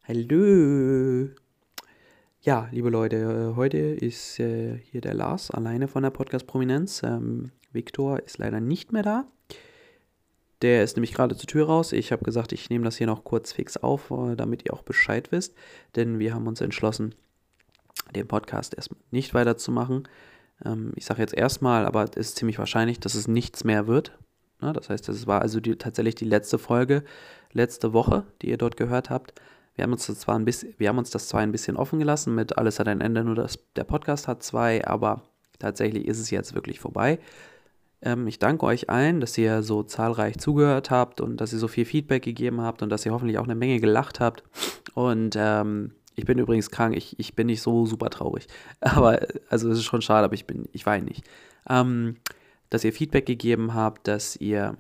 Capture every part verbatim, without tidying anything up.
Hallo. Ja, liebe Leute, äh, heute ist äh, hier der Lars alleine von der Podcast Prominenz. Ähm, Viktor ist leider nicht mehr da. Der ist nämlich gerade zur Tür raus. Ich habe gesagt, ich nehme das hier noch kurz fix auf, äh, damit ihr auch Bescheid wisst. Denn wir haben uns entschlossen, den Podcast erstmal nicht weiterzumachen. Ähm, ich sage jetzt erstmal, aber es ist ziemlich wahrscheinlich, dass es nichts mehr wird. Ne? Das heißt, es war also die, tatsächlich die letzte Folge, letzte Woche, die ihr dort gehört habt. Wir haben uns das zwar ein bisschen, wir haben uns das zwar ein bisschen offen gelassen mit alles hat ein Ende, nur das, der Podcast hat zwei, aber tatsächlich ist es jetzt wirklich vorbei. Ähm, ich danke euch allen, dass ihr so zahlreich zugehört habt und dass ihr so viel Feedback gegeben habt und dass ihr hoffentlich auch eine Menge gelacht habt. Und ähm, ich bin übrigens krank, ich, ich bin nicht so super traurig. Aber, also es ist schon schade, aber ich bin, ich weine nicht. Ähm, dass ihr Feedback gegeben habt, dass ihr,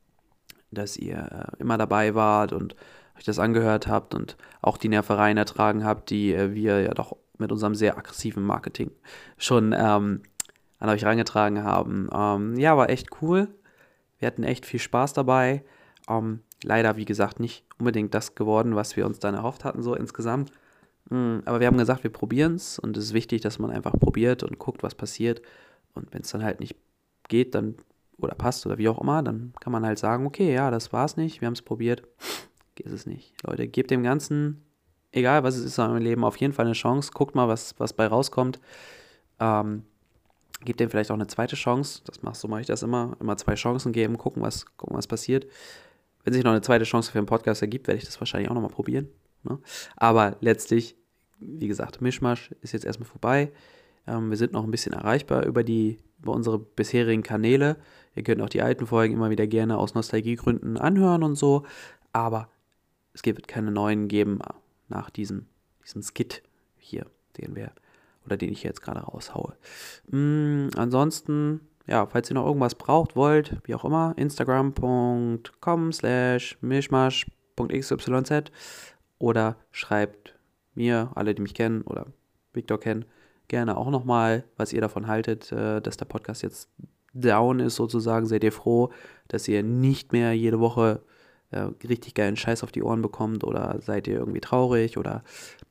dass ihr äh, immer dabei wart und euch das angehört habt und auch die Nervereien ertragen habt, die äh, wir ja doch mit unserem sehr aggressiven Marketing schon ähm, an euch reingetragen haben. Ähm, ja, war echt cool. Wir hatten echt viel Spaß dabei. Ähm, leider, wie gesagt, nicht unbedingt das geworden, was wir uns dann erhofft hatten, so insgesamt. Mm, Aber wir haben gesagt, wir probieren es und es ist wichtig, dass man einfach probiert und guckt, was passiert. Und wenn es dann halt nicht geht, dann oder passt oder wie auch immer, dann kann man halt sagen, okay, ja, das war's nicht, wir haben es probiert, ist es nicht. Leute, gebt dem Ganzen, egal was es ist in eurem Leben, auf jeden Fall eine Chance. Guckt mal, was, was bei rauskommt. Ähm, Gebt dem vielleicht auch eine zweite Chance. Das machst so mache ich das immer. Immer zwei Chancen geben, gucken, was, gucken, was passiert. Wenn sich noch eine zweite Chance für einen Podcast ergibt, werde ich das wahrscheinlich auch nochmal probieren. Ne? Aber letztlich, wie gesagt, Mischmasch ist jetzt erstmal vorbei. Ähm, wir sind noch ein bisschen erreichbar über, die, über unsere bisherigen Kanäle. Ihr könnt auch die alten Folgen immer wieder gerne aus Nostalgiegründen anhören und so. Aber es wird keine neuen geben nach diesem, diesem Skit hier, den wir oder den ich jetzt gerade raushaue. Mm, ansonsten, ja, falls ihr noch irgendwas braucht, wollt, wie auch immer, instagram.com slash mischmasch.xyz oder schreibt mir, alle, die mich kennen oder Victor kennen, gerne auch nochmal, was ihr davon haltet, äh, dass der Podcast jetzt down ist sozusagen. Seid ihr froh, dass ihr nicht mehr jede Woche äh, richtig geilen Scheiß auf die Ohren bekommt oder seid ihr irgendwie traurig oder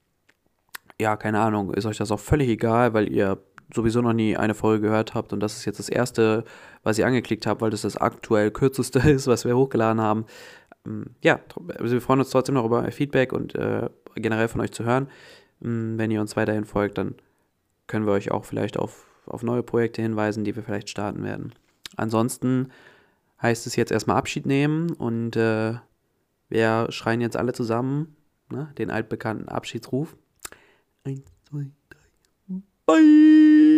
ja, keine Ahnung, ist euch das auch völlig egal, weil ihr sowieso noch nie eine Folge gehört habt und das ist jetzt das erste, was ihr angeklickt habt, weil das das aktuell kürzeste ist, was wir hochgeladen haben. Ähm, Ja, also wir freuen uns trotzdem noch über Feedback und äh, generell von euch zu hören. Ähm, Wenn ihr uns weiterhin folgt, dann können wir euch auch vielleicht auf, auf neue Projekte hinweisen, die wir vielleicht starten werden. Ansonsten heißt es jetzt erstmal Abschied nehmen und äh, wir schreien jetzt alle zusammen, ne, den altbekannten Abschiedsruf. Eins, zwei, drei. Bye!